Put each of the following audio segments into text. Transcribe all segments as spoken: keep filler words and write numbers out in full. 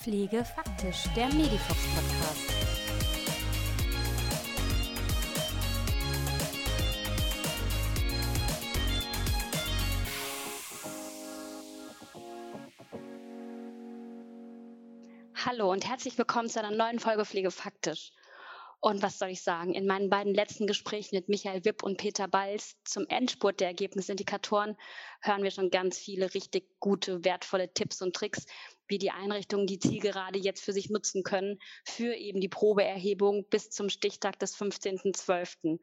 Pflege faktisch, der Medifox-Podcast. Hallo und herzlich willkommen zu einer neuen Folge Pflege faktisch. Und was soll ich sagen, in meinen beiden letzten Gesprächen mit Michael Wipp und Peter Balz zum Endspurt der Ergebnisindikatoren hören wir schon ganz viele richtig gute, wertvolle Tipps und Tricks, wie die Einrichtungen die Zielgerade jetzt für sich nutzen können, für eben die Probeerhebung bis zum Stichtag des fünfzehnten zwölften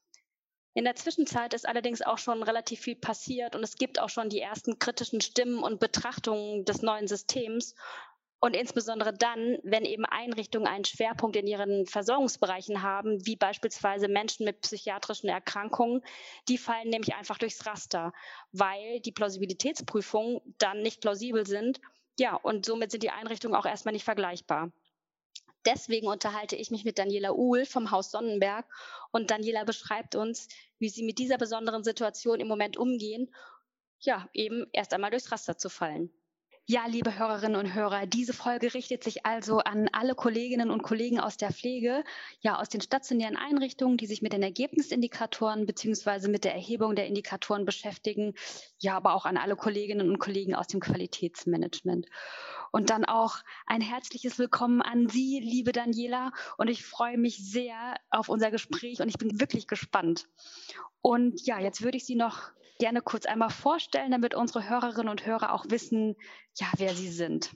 In der Zwischenzeit ist allerdings auch schon relativ viel passiert und es gibt auch schon die ersten kritischen Stimmen und Betrachtungen des neuen Systems. Und insbesondere dann, wenn eben Einrichtungen einen Schwerpunkt in ihren Versorgungsbereichen haben, wie beispielsweise Menschen mit psychiatrischen Erkrankungen, die fallen nämlich einfach durchs Raster, weil die Plausibilitätsprüfungen dann nicht plausibel sind. Ja, und somit sind die Einrichtungen auch erstmal nicht vergleichbar. Deswegen unterhalte ich mich mit Daniela Uhl vom Haus Sonnenberg und Daniela beschreibt uns, wie sie mit dieser besonderen Situation im Moment umgehen, ja, eben erst einmal durchs Raster zu fallen. Ja, liebe Hörerinnen und Hörer, diese Folge richtet sich also an alle Kolleginnen und Kollegen aus der Pflege, ja aus den stationären Einrichtungen, die sich mit den Ergebnisindikatoren bzw. mit der Erhebung der Indikatoren beschäftigen, ja, aber auch an alle Kolleginnen und Kollegen aus dem Qualitätsmanagement. Und dann auch ein herzliches Willkommen an Sie, liebe Daniela, und ich freue mich sehr auf unser Gespräch und ich bin wirklich gespannt. Und ja, jetzt würde ich Sie noch gerne kurz einmal vorstellen, damit unsere Hörerinnen und Hörer auch wissen, ja, wer Sie sind.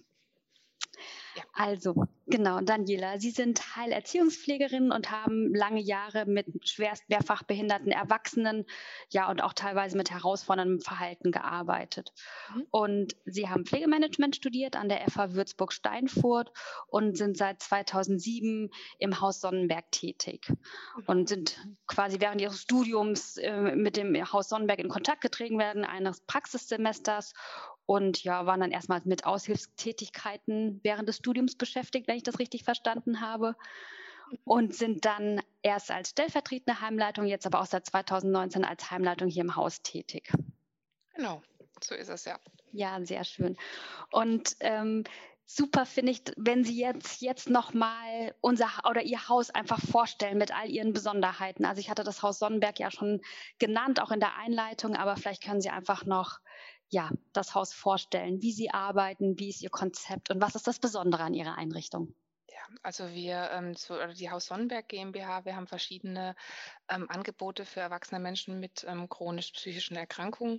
Ja. Also, genau, Daniela, Sie sind Heilerziehungspflegerin und haben lange Jahre mit schwerst mehrfach behinderten Erwachsenen, ja, und auch teilweise mit herausforderndem Verhalten gearbeitet. Mhm. Und Sie haben Pflegemanagement studiert an der F H Würzburg-Steinfurt und sind seit zweitausendsieben im Haus Sonnenberg tätig und sind quasi während Ihres Studiums äh, mit dem Haus Sonnenberg in Kontakt getreten werden, eines Praxissemesters. Und ja, waren dann erstmal mit Aushilfstätigkeiten während des Studiums beschäftigt, wenn ich das richtig verstanden habe. Und sind dann erst als stellvertretende Heimleitung, jetzt aber auch seit zweitausendneunzehn als Heimleitung hier im Haus tätig. Genau, so ist es, ja. Ja, sehr schön. Und ähm, super finde ich, wenn Sie jetzt, jetzt nochmal unser oder Ihr Haus einfach vorstellen mit all Ihren Besonderheiten. Also ich hatte das Haus Sonnenberg ja schon genannt, auch in der Einleitung, aber vielleicht können Sie einfach noch ja, das Haus vorstellen, wie Sie arbeiten, wie ist Ihr Konzept und was ist das Besondere an Ihrer Einrichtung? Ja, also wir, ähm, so, oder die Haus Sonnenberg GmbH, wir haben verschiedene ähm, Angebote für erwachsene Menschen mit ähm, chronisch-psychischen Erkrankungen,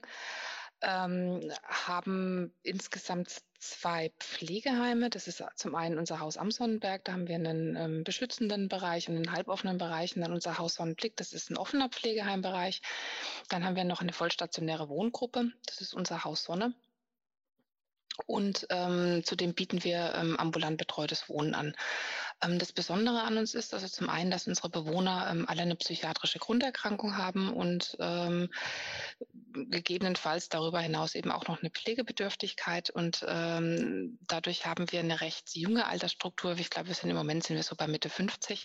ähm, haben insgesamt zwei Pflegeheime. Das ist zum einen unser Haus am Sonnenberg, da haben wir einen ähm, beschützenden Bereich und einen halboffenen Bereich. Und dann unser Haus Sonnenblick, das ist ein offener Pflegeheimbereich. Dann haben wir noch eine vollstationäre Wohngruppe, das ist unser Haus Sonne. Und ähm, zudem bieten wir ähm, ambulant betreutes Wohnen an. Ähm, das Besondere an uns ist also zum einen, dass unsere Bewohner ähm, alle eine psychiatrische Grunderkrankung haben und ähm, gegebenenfalls darüber hinaus eben auch noch eine Pflegebedürftigkeit. Und ähm, dadurch haben wir eine recht junge Altersstruktur. Ich glaube, wir sind im Moment sind wir so bei Mitte fünfzig.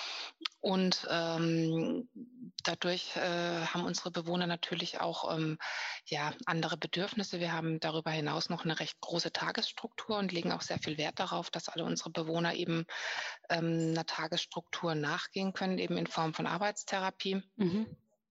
Und ähm, dadurch äh, haben unsere Bewohner natürlich auch ähm, ja, andere Bedürfnisse. Wir haben darüber hinaus noch eine recht große Tagesstruktur und legen auch sehr viel Wert darauf, dass alle unsere Bewohner eben ähm, einer Tagesstruktur nachgehen können, eben in Form von Arbeitstherapie. Mhm.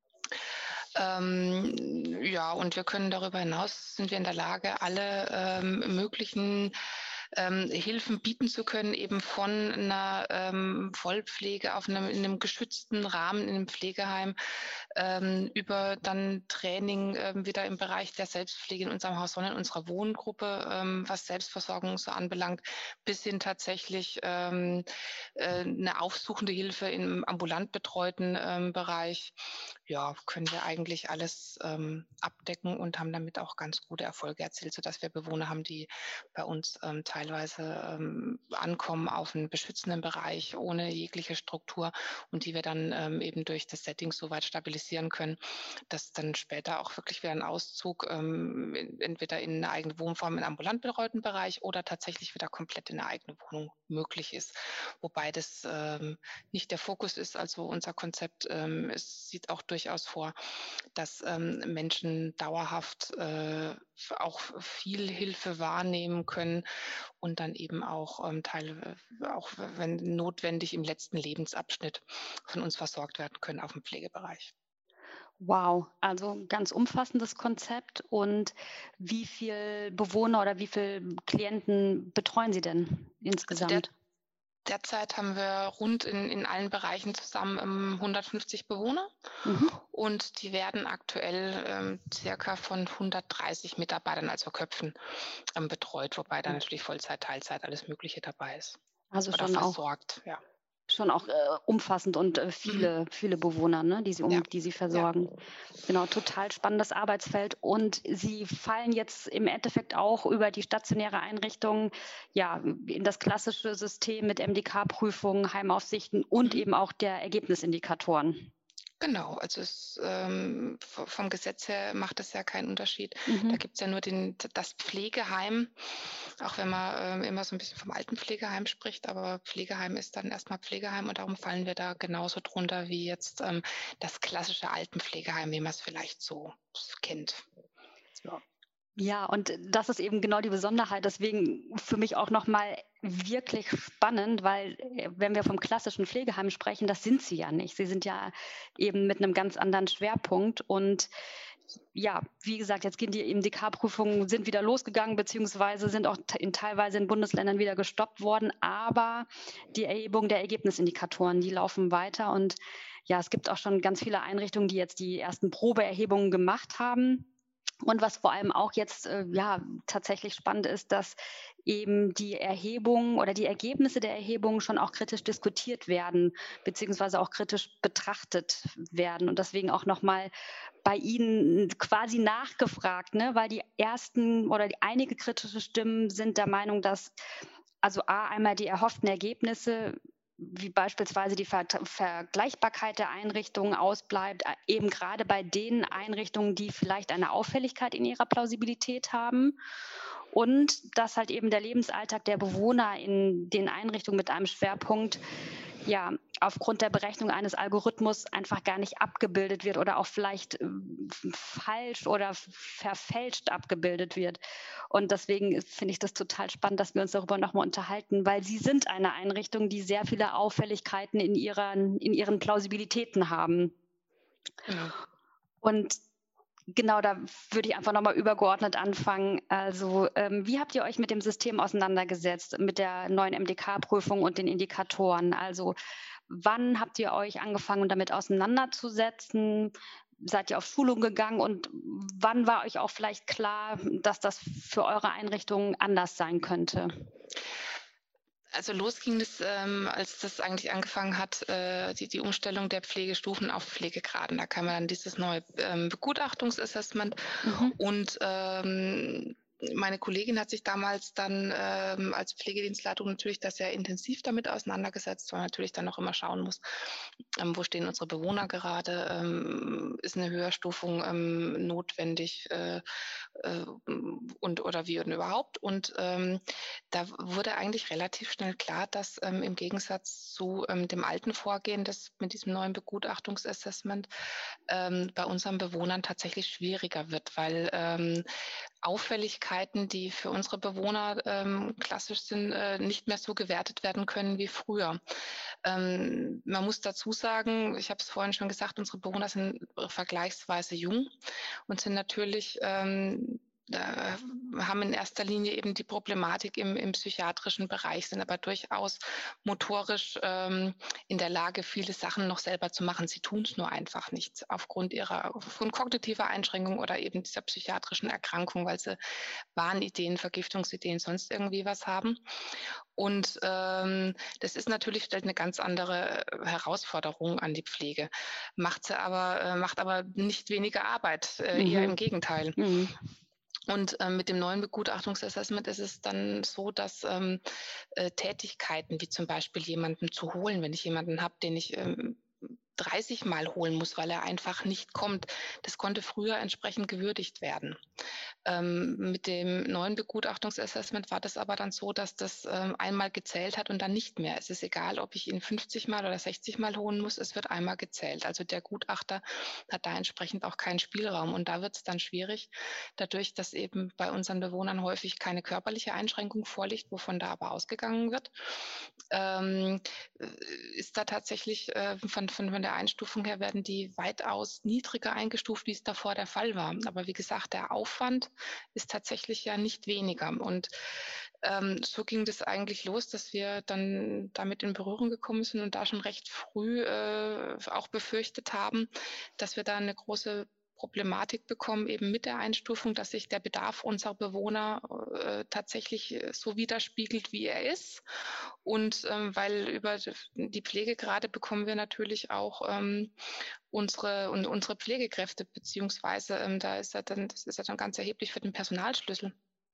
Ähm, ja, und wir können darüber hinaus, sind wir in der Lage, alle ähm, möglichen ähm, Hilfen bieten zu können, eben von einer ähm, Vollpflege auf einem, in einem geschützten Rahmen in einem Pflegeheim ähm, über dann Training ähm, wieder im Bereich der Selbstpflege in unserem Haus Sonne, in unserer Wohngruppe, ähm, was Selbstversorgung so anbelangt, bis hin tatsächlich ähm, äh, eine aufsuchende Hilfe im ambulant betreuten ähm, Bereich. Ja, können wir eigentlich alles ähm, abdecken und haben damit auch ganz gute Erfolge erzielt, sodass wir Bewohner haben, die bei uns ähm, teilweise ähm, ankommen auf einen beschützenden Bereich ohne jegliche Struktur und die wir dann ähm, eben durch das Setting so weit stabilisieren können, dass dann später auch wirklich wieder ein Auszug ähm, in, entweder in eine eigene Wohnform im ambulant betreuten Bereich oder tatsächlich wieder komplett in eine eigene Wohnung möglich ist. Wobei das ähm, nicht der Fokus ist, also unser Konzept ähm, es sieht auch durchaus vor, dass ähm, Menschen dauerhaft äh, auch viel Hilfe wahrnehmen können und dann eben auch ähm, Teile, äh, auch wenn notwendig, im letzten Lebensabschnitt von uns versorgt werden können auf dem Pflegebereich. Wow, also ganz umfassendes Konzept. Und wie viel Bewohner oder wie viel Klienten betreuen Sie denn Also der insgesamt? Derzeit haben wir rund in in allen Bereichen zusammen, ähm, hundertfünfzig Bewohner Mhm. und die werden aktuell, ähm, circa von hundertdreißig Mitarbeitern, also Köpfen, ähm, betreut, wobei da natürlich Vollzeit, Teilzeit, alles Mögliche dabei ist Also oder schon auch versorgt, ja. schon auch, äh, umfassend und, äh, Mhm. viele viele Bewohner, ne, die Sie Ja, um die Sie ja. versorgen. Genau, total spannendes Arbeitsfeld. Und Sie fallen jetzt im Endeffekt auch über die stationäre Einrichtung, ja, in das klassische System mit M D K-Prüfungen, Heimaufsichten und Mhm. eben auch der Ergebnisindikatoren. Genau, also es, ähm, v vom Gesetz her macht es ja keinen Unterschied. Da Mhm. gibt's ja nur den das Pflegeheim, auch wenn man, ähm, immer so ein bisschen vom Altenpflegeheim spricht, aber Pflegeheim ist dann erst mal Pflegeheim und darum fallen wir da genauso drunter wie jetzt, ähm, das klassische Altenpflegeheim, wie man's vielleicht so kennt. Ja. Ja, und das ist eben genau die Besonderheit. Deswegen für mich auch noch mal wirklich spannend, weil, äh, wenn wir vom klassischen Pflegeheim sprechen, das sind Sie ja nicht. Sie sind ja eben mit einem ganz anderen Schwerpunkt. Und ja, wie gesagt, jetzt gehen die M D K-Prüfungen sind wieder losgegangen, beziehungsweise sind auch t in teilweise in Bundesländern wieder gestoppt worden. Aber die Erhebung der Ergebnisindikatoren, die laufen weiter. Und ja, es gibt auch schon ganz viele Einrichtungen, die jetzt die ersten Probeerhebungen gemacht haben. Und was vor allem auch jetzt, äh, ja, tatsächlich spannend ist, dass eben die Erhebungen oder die Ergebnisse der Erhebungen schon auch kritisch diskutiert werden, beziehungsweise auch kritisch betrachtet werden. Und deswegen auch noch mal bei Ihnen quasi nachgefragt, ne? Weil die ersten oder die einige kritische Stimmen sind der Meinung, dass also A, einmal die erhofften Ergebnisse, wie beispielsweise die Vert Vergleichbarkeit der Einrichtungen ausbleibt, äh, eben gerade bei den Einrichtungen, die vielleicht eine Auffälligkeit in ihrer Plausibilität haben. Und dass halt eben der Lebensalltag der Bewohner in den Einrichtungen mit einem Schwerpunkt, ja, aufgrund der Berechnung eines Algorithmus einfach gar nicht abgebildet wird oder auch vielleicht, ähm, falsch oder verfälscht abgebildet wird. Und deswegen finde ich das total spannend, dass wir uns darüber noch mal unterhalten, weil Sie sind eine Einrichtung, die sehr viele Auffälligkeiten in ihren in ihren Plausibilitäten haben. Genau. Und genau, da würde ich einfach noch mal übergeordnet anfangen. Also, ähm, wie habt ihr euch mit dem System auseinandergesetzt, mit der neuen M D K-Prüfung und den Indikatoren? Also, wann habt ihr euch angefangen, damit auseinanderzusetzen? Seid ihr auf Schulung gegangen und wann war euch auch vielleicht klar, dass das für eure Einrichtung anders sein könnte? Also los ging es, ähm, als das eigentlich angefangen hat, äh, die die Umstellung der Pflegestufen auf Pflegegraden. Da kam ja dann dieses neue, ähm, Begutachtungsassessment Mhm. und, ähm, meine Kollegin hat sich damals dann, ähm, als Pflegedienstleitung natürlich da sehr intensiv damit auseinandergesetzt, weil man natürlich dann auch immer schauen muss, ähm, wo stehen unsere Bewohner gerade, ähm, ist eine Höherstufung, ähm, notwendig, äh, äh, und oder wie und überhaupt. Und, ähm, da wurde eigentlich relativ schnell klar, dass, ähm, im Gegensatz zu, ähm, dem alten Vorgehen, das mit diesem neuen Begutachtungsassessment, ähm, bei unseren Bewohnern tatsächlich schwieriger wird, weil, ähm, Auffälligkeiten, die für unsere Bewohner, ähm, klassisch sind, äh, nicht mehr so gewertet werden können wie früher. Ähm, man muss dazu sagen, ich habe es vorhin schon gesagt, unsere Bewohner sind äh, vergleichsweise jung und sind natürlich, ähm, äh, haben in erster Linie eben die Problematik im im psychiatrischen Bereich, sind aber durchaus motorisch, ähm, in der Lage, viele Sachen noch selber zu machen. Sie tun es nur einfach nicht aufgrund ihrer von kognitiver Einschränkung oder eben dieser psychiatrischen Erkrankung, weil sie Wahnideen, Vergiftungsideen, sonst irgendwie was haben. Und, ähm, das ist natürlich stellt eine ganz andere äh, Herausforderung an die Pflege, macht sie aber äh, macht aber nicht weniger Arbeit, äh, eher Mhm. im Gegenteil. Mhm. Und, ähm, mit dem neuen Begutachtungsassessment ist es dann so, dass, ähm, äh, Tätigkeiten wie zum Beispiel jemanden zu holen, wenn ich jemanden habe, den ich, ähm dreißig Mal holen muss, weil er einfach nicht kommt. Das konnte früher entsprechend gewürdigt werden. Ähm, mit dem neuen Begutachtungsassessment war das aber dann so, dass das ähm, einmal gezählt hat und dann nicht mehr. Es ist egal, ob ich ihn fünfzig Mal oder sechzig Mal holen muss, es wird einmal gezählt. Also der Gutachter hat da entsprechend auch keinen Spielraum. Und da wird es dann schwierig, dadurch, dass eben bei unseren Bewohnern häufig keine körperliche Einschränkung vorliegt, wovon da aber ausgegangen wird. Ähm, äh, ist da tatsächlich äh, von, von, von der Einstufung her werden die weitaus niedriger eingestuft, wie es davor der Fall war. Aber wie gesagt, der Aufwand ist tatsächlich ja nicht weniger. Und ähm, so ging das eigentlich los, dass wir dann damit in Berührung gekommen sind und da schon recht früh äh, auch befürchtet haben, dass wir da eine große Problematik bekommen, eben mit der Einstufung, dass sich der Bedarf unserer Bewohner äh, tatsächlich äh, so widerspiegelt, wie er ist. Und ähm, weil über die Pflegegrade bekommen wir natürlich auch ähm, unsere, und unsere Pflegekräfte, beziehungsweise ähm, da ist ja dann, das ist ja dann ganz erheblich für den Personalschlüssel.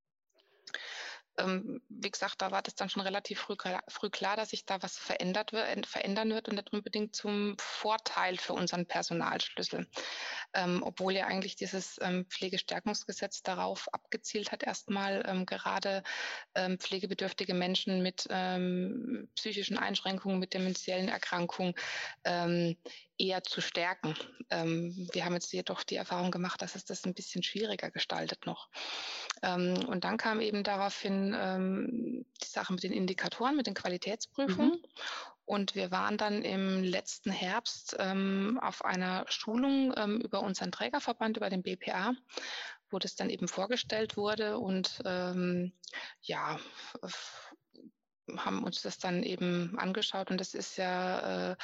Ähm, wie gesagt, da war das dann schon relativ früh, früh klar, dass sich da was verändert wird, verändern wird und nicht unbedingt zum Vorteil für unseren Personalschlüssel. Ähm, obwohl ja eigentlich dieses ähm, Pflegestärkungsgesetz darauf abgezielt hat, erstmal ähm, gerade ähm, pflegebedürftige Menschen mit ähm, psychischen Einschränkungen, mit dementiellen Erkrankungen ähm, eher zu stärken. Ähm, wir haben jetzt jedoch die Erfahrung gemacht, dass es das ein bisschen schwieriger gestaltet noch. Ähm, und dann kam eben daraufhin ähm, die Sache mit den Indikatoren, mit den Qualitätsprüfungen. Mhm. Und wir waren dann im letzten Herbst ähm, auf einer Schulung ähm, über unseren Trägerverband, über den B P A, wo das dann eben vorgestellt wurde. Und ähm, ja, f- haben uns das dann eben angeschaut. Und das ist ja äh,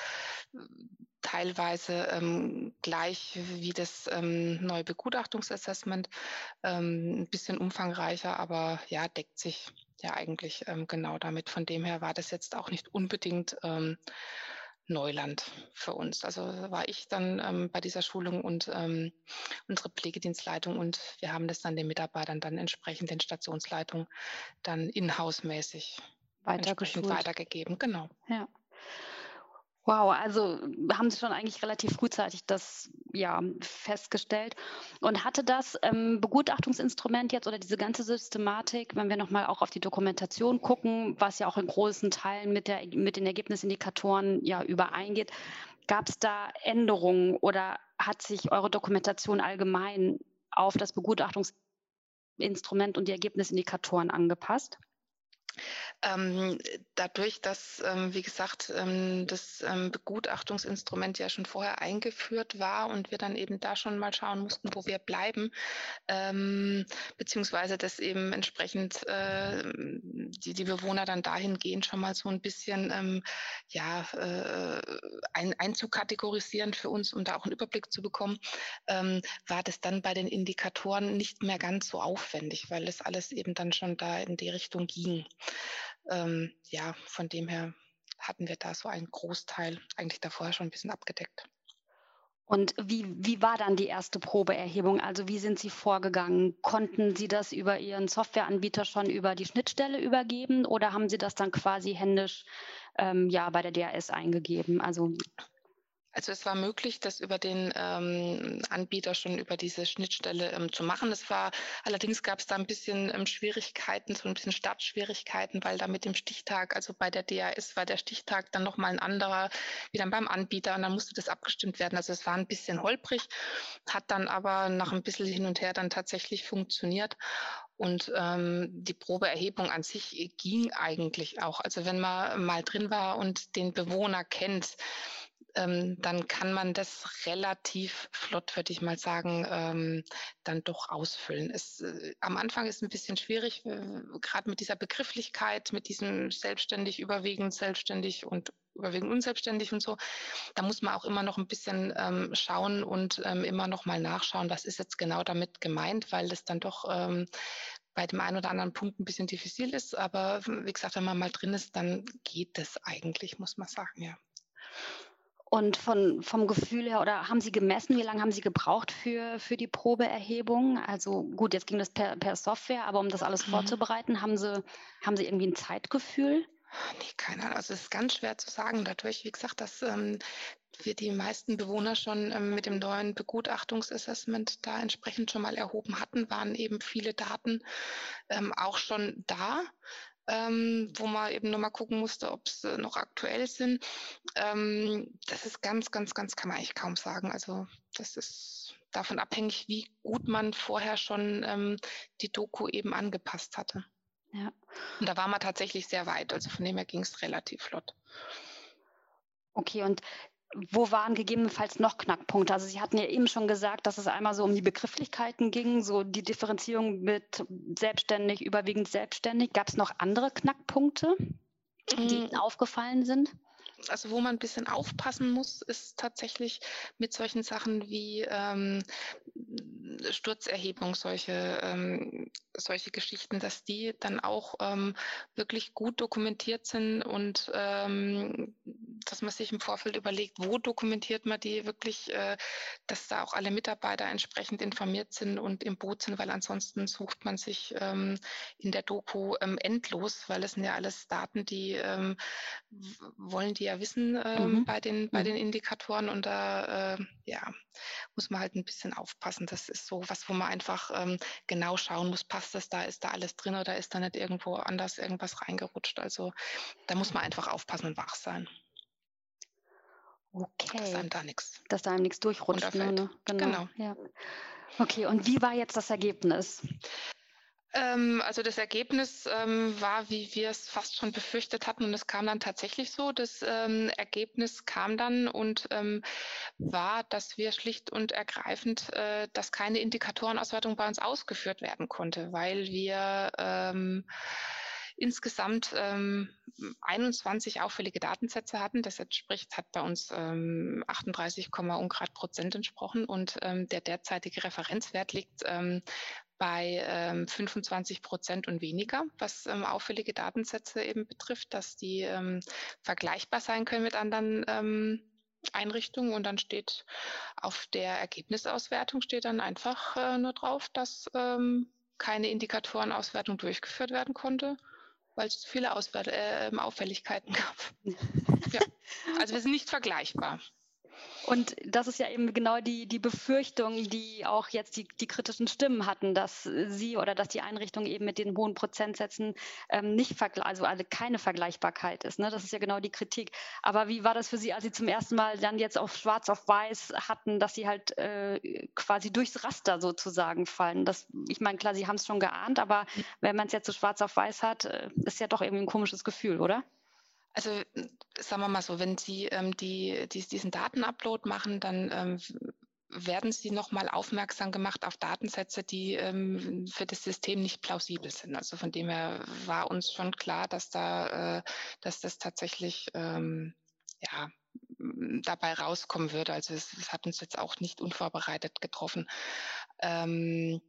teilweise ähm, gleich wie das ähm, neue Begutachtungsassessment, ähm, ein bisschen umfangreicher, aber ja, deckt sich ja eigentlich ähm, genau damit. Von dem her war das jetzt auch nicht unbedingt ähm, Neuland für uns. Also war ich dann ähm, bei dieser Schulung und ähm, unsere Pflegedienstleitung und wir haben das dann den Mitarbeitern dann entsprechend den Stationsleitungen dann in-house-mäßig entsprechend Weitergeschult. weitergegeben. Genau. Ja. Wow, also haben Sie schon eigentlich relativ frühzeitig das ja festgestellt. Und hatte das ähm, Begutachtungsinstrument jetzt oder diese ganze Systematik, wenn wir nochmal auch auf die Dokumentation gucken, was ja auch in großen Teilen mit, der, mit den Ergebnisindikatoren ja übereingeht, gab es da Änderungen oder hat sich eure Dokumentation allgemein auf das Begutachtungsinstrument und die Ergebnisindikatoren angepasst? Ähm, dadurch, dass, ähm, wie gesagt, ähm, das ähm, Begutachtungsinstrument ja schon vorher eingeführt war und wir dann eben da schon mal schauen mussten, wo wir bleiben, ähm, beziehungsweise das eben entsprechend äh, die, die Bewohner dann dahingehend schon mal so ein bisschen ähm, ja, äh, ein, einzukategorisieren für uns, um da auch einen Überblick zu bekommen, ähm, war das dann bei den Indikatoren nicht mehr ganz so aufwendig, weil es alles eben dann schon da in die Richtung ging. Ähm, ja, von dem her hatten wir da so einen Großteil eigentlich davor schon ein bisschen abgedeckt. Und wie wie war dann die erste Probeerhebung? Also, wie sind Sie vorgegangen? Konnten Sie das über Ihren Softwareanbieter schon über die Schnittstelle übergeben oder haben Sie das dann quasi händisch, ähm, ja, bei der D H S eingegeben? Also Also es war möglich, das über den ähm, Anbieter schon über diese Schnittstelle ähm, zu machen. Es war allerdings gab es da ein bisschen ähm, Schwierigkeiten, so ein bisschen Startschwierigkeiten, weil da mit dem Stichtag, also bei der D H S war der Stichtag dann noch mal ein anderer wie dann beim Anbieter und dann musste das abgestimmt werden. Also es war ein bisschen holprig, hat dann aber nach ein bisschen hin und her dann tatsächlich funktioniert. Und ähm, die Probeerhebung an sich ging eigentlich auch. Also wenn man mal drin war und den Bewohner kennt, ähm, dann kann man das relativ flott, würde ich mal sagen, ähm, dann doch ausfüllen. Es, äh, am Anfang ist ein bisschen schwierig, äh, gerade mit dieser Begrifflichkeit, mit diesem selbstständig, überwiegend selbstständig und überwiegend unselbstständig und so. Da muss man auch immer noch ein bisschen ähm, schauen und ähm, immer noch mal nachschauen, was ist jetzt genau damit gemeint, weil das dann doch ähm, bei dem einen oder anderen Punkt ein bisschen diffizil ist. Aber wie gesagt, wenn man mal drin ist, dann geht es eigentlich, muss man sagen, ja. und von vom Gefühl her oder haben Sie gemessen, wie lange haben Sie gebraucht für für die Probeerhebung? Also, gut, jetzt ging das per per Software, aber um das alles Mhm. vorzubereiten, haben Sie haben Sie irgendwie 'n Zeitgefühl? Ne, keine Ahnung. Also, es ist ganz schwer zu sagen dadurch, wie gesagt, dass, ähm, wir die meisten Bewohner schon ähm, mit dem neuen Begutachtungsassessment da entsprechend schon mal erhoben hatten, waren eben viele Daten ähm, auch schon da, ähm, wo man eben noch mal gucken musste, ob sie noch aktuell sind. Ähm, das ist ganz, ganz, ganz kann man eigentlich kaum sagen. Also das ist davon abhängig, wie gut man vorher schon ähm, die Doku eben angepasst hatte. Ja. Und da waren wir tatsächlich sehr weit. Also von dem her ging es relativ flott. Okay, und wo waren gegebenenfalls noch Knackpunkte? Also Sie hatten ja eben schon gesagt, dass es einmal so um die Begrifflichkeiten ging, so die Differenzierung mit selbstständig, überwiegend selbstständig. Gab es noch andere Knackpunkte, die Ihnen Mm, aufgefallen sind? Also wo man ein bisschen aufpassen muss, ist tatsächlich mit solchen Sachen wie ähm, Sturzerhebung, solche, ähm, solche Geschichten, dass die dann auch ähm, wirklich gut dokumentiert sind und ähm, dass man sich im Vorfeld überlegt, wo dokumentiert man die wirklich, äh, dass da auch alle Mitarbeiter entsprechend informiert sind und im Boot sind, weil ansonsten sucht man sich ähm, in der Doku ähm, endlos, weil es sind ja alles Daten, die ähm, w- wollen die ja wissen ähm, Mhm. bei den bei den Mhm. Indikatoren und da äh, ja muss man halt ein bisschen aufpassen. Das ist so was, wo man einfach ähm, genau schauen muss, passt das da, ist da alles drin oder ist da nicht irgendwo anders irgendwas reingerutscht. Also da muss man einfach aufpassen und wach sein, dass Okay, einem da nichts dass da einem nichts durchrutscht, ne, runterfällt. ne? Genau, Genau. ja. Okay, und wie war jetzt das Ergebnis? Ähm, also das Ergebnis ähm, war, wie wir es fast schon befürchtet hatten, und es kam dann tatsächlich so. Das ähm, Ergebnis kam dann und ähm, war, dass wir schlicht und ergreifend, äh, dass keine Indikatorenauswertung bei uns ausgeführt werden konnte, weil wir ähm, insgesamt ähm, einundzwanzig auffällige Datensätze hatten. Das entspricht, hat bei uns ähm, achtunddreißig, Ungrad Prozent entsprochen und ähm, der derzeitige Referenzwert liegt ähm, bei ähm, fünfundzwanzig Prozent und weniger, was ähm, auffällige Datensätze eben betrifft, dass die ähm, vergleichbar sein können mit anderen ähm, Einrichtungen. Und dann steht auf der Ergebnisauswertung steht dann einfach äh, nur drauf, dass ähm, keine Indikatorenauswertung durchgeführt werden konnte, weil es zu viele Auswert äh, Auffälligkeiten gab. Ja, also wir sind nicht vergleichbar. Und das ist ja eben genau die, die Befürchtung, die auch jetzt die, die kritischen Stimmen hatten, dass sie oder dass die Einrichtung eben mit den hohen Prozentsätzen ähm, nicht vergle also alle keine Vergleichbarkeit ist. Ne? Das ist ja genau die Kritik. Aber wie war das für Sie, als Sie zum ersten Mal dann jetzt auf Schwarz auf Weiß hatten, dass Sie halt äh, quasi durchs Raster sozusagen fallen? Das, ich meine, klar, Sie haben es schon geahnt, aber wenn man es jetzt so schwarz auf weiß hat, äh, ist ja doch irgendwie ein komisches Gefühl, oder? Also, hm, sagen wir mal so, wenn Sie, ähm, die dies diesen Datenupload machen, dann, ähm, w werden Sie noch mal aufmerksam gemacht auf Datensätze, die, ähm, für das System nicht plausibel sind. Also, von dem her war uns schon klar, dass da äh, dass das tatsächlich, ähm, ja, hm, dabei rauskommen würde. Also, es es hat uns jetzt auch nicht unvorbereitet getroffen. Ähm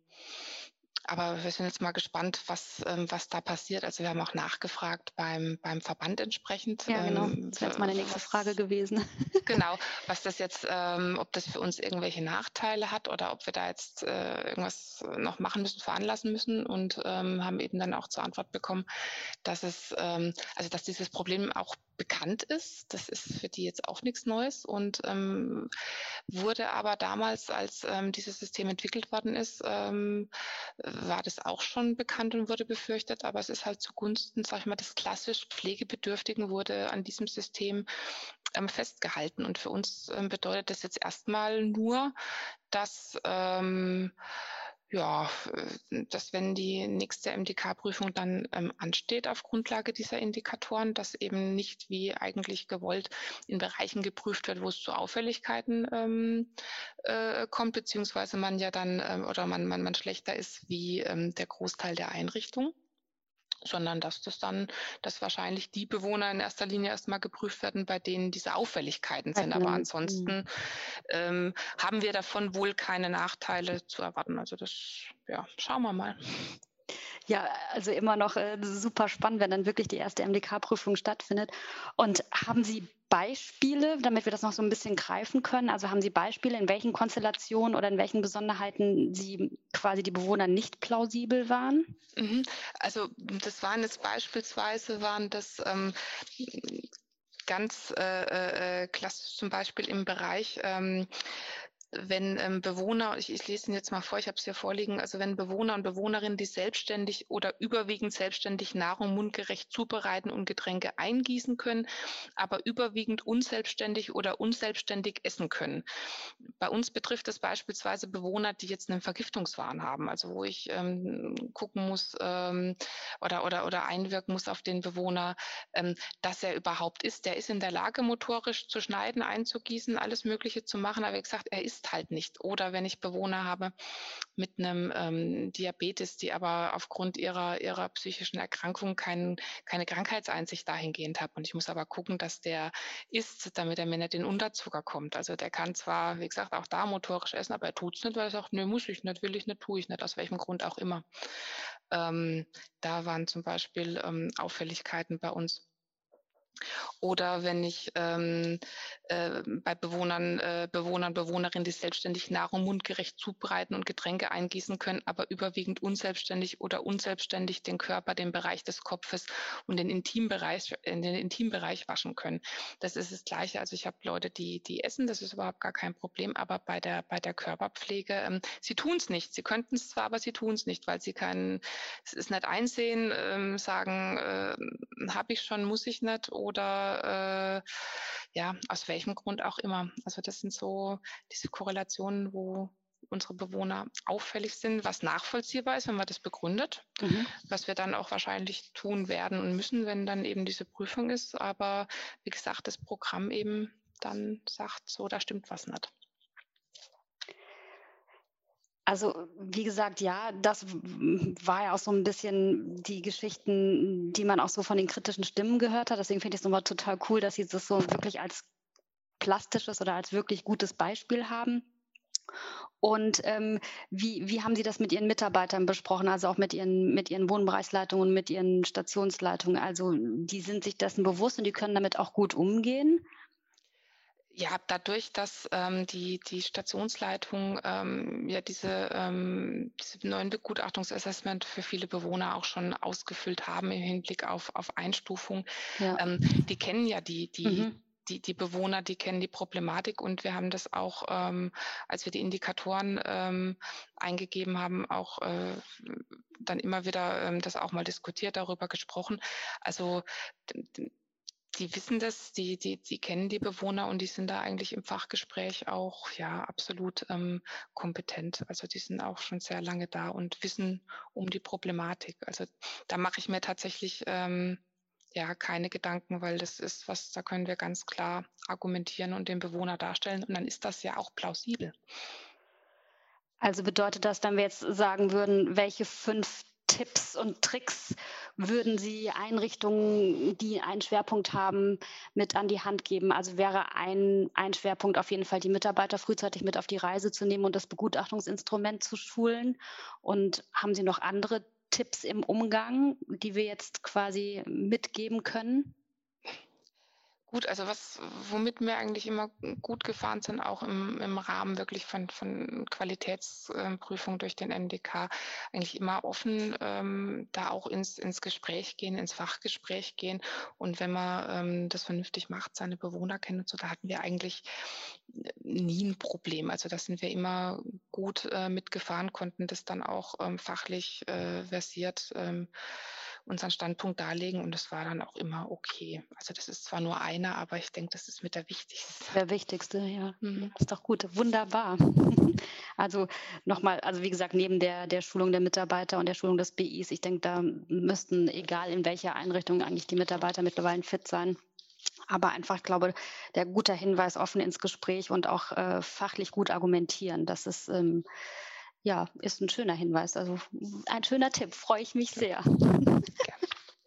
aber wir sind jetzt mal gespannt, was ähm, was da passiert. Also, wir haben auch nachgefragt beim beim Verband entsprechend, Ja, genau. ähm, Das w wäre jetzt meine nächste Frage was gewesen. genau, was das jetzt ähm, ob das für uns irgendwelche Nachteile hat oder ob wir da jetzt äh, irgendwas noch machen müssen, veranlassen müssen und ähm, haben eben dann auch zur Antwort bekommen, dass es ähm, also, dass dieses Problem auch bekannt ist. Das ist für die jetzt auch nichts Neues und ähm, wurde aber damals, als ähm, dieses System entwickelt worden ist, ähm, war das auch schon bekannt und wurde befürchtet, aber es ist halt zugunsten, sage ich mal, des klassisch Pflegebedürftigen wurde an diesem System ähm, festgehalten. Und für uns ähm, bedeutet das jetzt erstmal nur, dass ähm, ja, äh, dass wenn die nächste M D K-Prüfung dann ähm, ansteht auf Grundlage dieser Indikatoren, dass eben nicht wie eigentlich gewollt in Bereichen geprüft wird, wo es zu Auffälligkeiten ähm, äh, kommt, beziehungsweise man ja dann ähm, oder man, man, man schlechter ist wie ähm, der Großteil der Einrichtung, sondern dass das dann, dass wahrscheinlich die Bewohner in erster Linie erstmal geprüft werden, bei denen diese Auffälligkeiten sind. Aber Mhm. ansonsten ähm, haben wir davon wohl keine Nachteile zu erwarten. Also das, ja, schauen wir mal. Ja, also immer noch äh, super spannend, wenn dann wirklich die erste M D K-Prüfung stattfindet. Und haben Sie Beispiele, damit wir das noch so ein bisschen greifen können? Also haben Sie Beispiele, in welchen Konstellationen oder in welchen Besonderheiten Sie quasi die Bewohner nicht plausibel waren? Mhm. Also das waren jetzt beispielsweise waren das ähm, ganz äh, äh, klassisch zum Beispiel im Bereich, ähm, wenn ähm, Bewohner, ich, ich lese ihn jetzt mal vor, ich habe es hier vorliegen, also wenn Bewohner und Bewohnerinnen, die selbstständig oder überwiegend selbstständig Nahrung mundgerecht zubereiten und Getränke eingießen können, aber überwiegend unselbstständig oder unselbstständig essen können. Bei uns betrifft das beispielsweise Bewohner, die jetzt einen Vergiftungswahn haben, also wo ich ähm, gucken muss ähm, oder, oder, oder einwirken muss auf den Bewohner, ähm, dass er überhaupt isst. Der ist in der Lage, motorisch zu schneiden, einzugießen, alles Mögliche zu machen, aber wie gesagt, er isst halt nicht. Oder wenn ich Bewohner habe mit einem ähm, Diabetes, die aber aufgrund ihrer, ihrer psychischen Erkrankung kein, keine Krankheitseinsicht dahingehend haben. Und ich muss aber gucken, dass der isst, damit er mir nicht in Unterzucker kommt. Also der kann zwar, wie gesagt, auch da motorisch essen, aber er tut es nicht, weil er sagt, nö, muss ich nicht, will ich nicht, tue ich nicht, aus welchem Grund auch immer. Ähm, da waren zum Beispiel ähm, Auffälligkeiten bei uns. Oder wenn ich ähm, äh, bei Bewohnern, äh, Bewohnern, Bewohnerinnen, die selbstständig Nahrung mundgerecht zubereiten und Getränke eingießen können, aber überwiegend unselbstständig oder unselbstständig den Körper, den Bereich des Kopfes und den Intimbereich, in den Intimbereich waschen können. Das ist das Gleiche. Also ich habe Leute, die, die essen, das ist überhaupt gar kein Problem, aber bei der, bei der Körperpflege, ähm, sie tun es nicht. Sie könnten es zwar, aber sie tun es nicht, weil sie keinen, es ist nicht einsehen, ähm, sagen, äh, habe ich schon, muss ich nicht oder äh, ja, aus welchem Grund auch immer. Also das sind so diese Korrelationen, wo unsere Bewohner auffällig sind, was nachvollziehbar ist, wenn man das begründet, Mhm. was wir dann auch wahrscheinlich tun werden und müssen, wenn dann eben diese Prüfung ist. Aber wie gesagt, das Programm eben dann sagt, so, da stimmt was nicht. Also, wie gesagt, ja, das w war ja auch so ein bisschen die Geschichten, die man auch so von den kritischen Stimmen gehört hat. Deswegen finde ich es nochmal total cool, dass Sie das so wirklich als plastisches oder als wirklich gutes Beispiel haben. Und, ähm, wie wie haben Sie das mit Ihren Mitarbeitern besprochen, also auch mit Ihren mit Ihren Wohnbereichsleitungen, mit Ihren Stationsleitungen? Also, die sind sich dessen bewusst und die können damit auch gut umgehen? Ja, dadurch, dass ähm, die, die Stationsleitung ähm, ja diese, ähm, diese neuen Begutachtungsassessment für viele Bewohner auch schon ausgefüllt haben im Hinblick auf, auf Einstufung, Ja. ähm, die kennen ja die, die, Mhm. die, die Bewohner, die kennen die Problematik und wir haben das auch, ähm, als wir die Indikatoren ähm, eingegeben haben, auch äh, dann immer wieder ähm, das auch mal diskutiert, darüber gesprochen. Also die wissen das, die, die, die kennen die Bewohner und die sind da eigentlich im Fachgespräch auch ja absolut ähm, kompetent. Also die sind auch schon sehr lange da und wissen um die Problematik. Also da mache ich mir tatsächlich ähm, ja keine Gedanken, weil das ist was, da können wir ganz klar argumentieren und den Bewohner darstellen und dann ist das ja auch plausibel. Also bedeutet das, wenn wir jetzt sagen würden, welche fünf Tipps und Tricks würden Sie Einrichtungen, die einen Schwerpunkt haben, mit an die Hand geben? Also wäre ein ein Schwerpunkt auf jeden Fall, die Mitarbeiter frühzeitig mit auf die Reise zu nehmen und das Begutachtungsinstrument zu schulen. Und haben Sie noch andere Tipps im Umgang, die wir jetzt quasi mitgeben können? Gut, also was womit wir eigentlich immer gut gefahren sind, auch im im Rahmen wirklich von von Qualitätsprüfung durch den M D K, eigentlich immer offen, ähm, da auch ins ins Gespräch gehen, ins Fachgespräch gehen. Und wenn man ähm, das vernünftig macht, seine Bewohner kennen und so, da hatten wir eigentlich äh, nie ein Problem. Also, da sind wir immer gut äh, mitgefahren, konnten das dann auch ähm, fachlich äh, versiert ähm, unseren Standpunkt darlegen und das war dann auch immer okay. Also, das ist zwar nur einer, aber ich denke, das ist mit der wichtigste. Der wichtigste, ja. Ja, Mhm. ist doch gut. Wunderbar. Also nochmal, also wie gesagt, neben der der Schulung der Mitarbeiter und der Schulung des B Is, ich denke, da müssten, egal in welcher Einrichtung, eigentlich die Mitarbeiter mittlerweile fit sein. Aber einfach, ich glaube, der guter Hinweis, offen ins Gespräch und auch, äh, fachlich gut argumentieren, das ist, ähm ja, ist ein schöner Hinweis. Also, ein schöner Tipp, freue ich mich sehr. Gerne.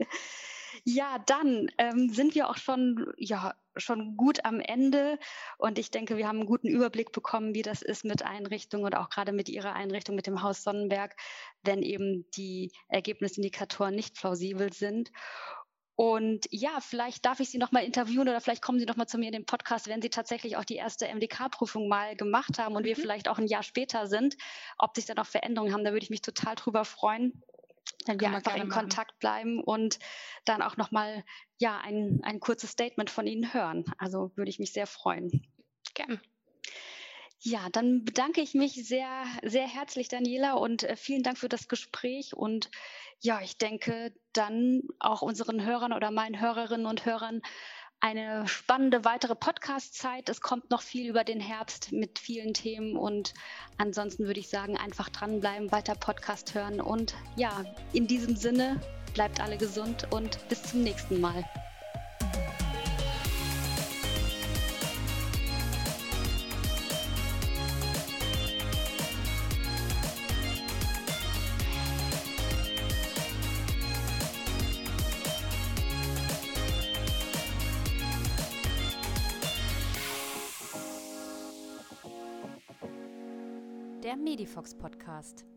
Ja, dann, ähm, sind wir auch schon ja, schon gut am Ende und ich denke, wir haben einen guten Überblick bekommen, wie das ist mit Einrichtungen und auch gerade mit Ihrer Einrichtung, mit dem Haus Sonnenberg, wenn eben die Ergebnisindikatoren nicht plausibel sind. Und ja, vielleicht darf ich Sie noch mal interviewen oder vielleicht kommen Sie noch mal zu mir in den Podcast, wenn Sie tatsächlich auch die erste M D K-Prüfung mal gemacht haben und wir Mhm. vielleicht auch ein Jahr später sind, ob sich da noch Veränderungen haben, da würde ich mich total drüber freuen. wenn wir einfach in Kontakt bleiben und dann auch nochmal ja, ein, ein kurzes Statement von Ihnen hören. Also würde ich mich sehr freuen. Gerne. Ja, dann bedanke ich mich sehr, sehr herzlich, Daniela, und äh, vielen Dank für das Gespräch. Und ja, ich denke, dann auch unseren Hörern oder meinen Hörerinnen und Hörern eine spannende weitere Podcast-Zeit. Es kommt noch viel über den Herbst mit vielen Themen. Und ansonsten würde ich sagen, einfach dranbleiben, weiter Podcast hören. Und ja, in diesem Sinne, bleibt alle gesund und bis zum nächsten Mal. Der Medifox Podcast.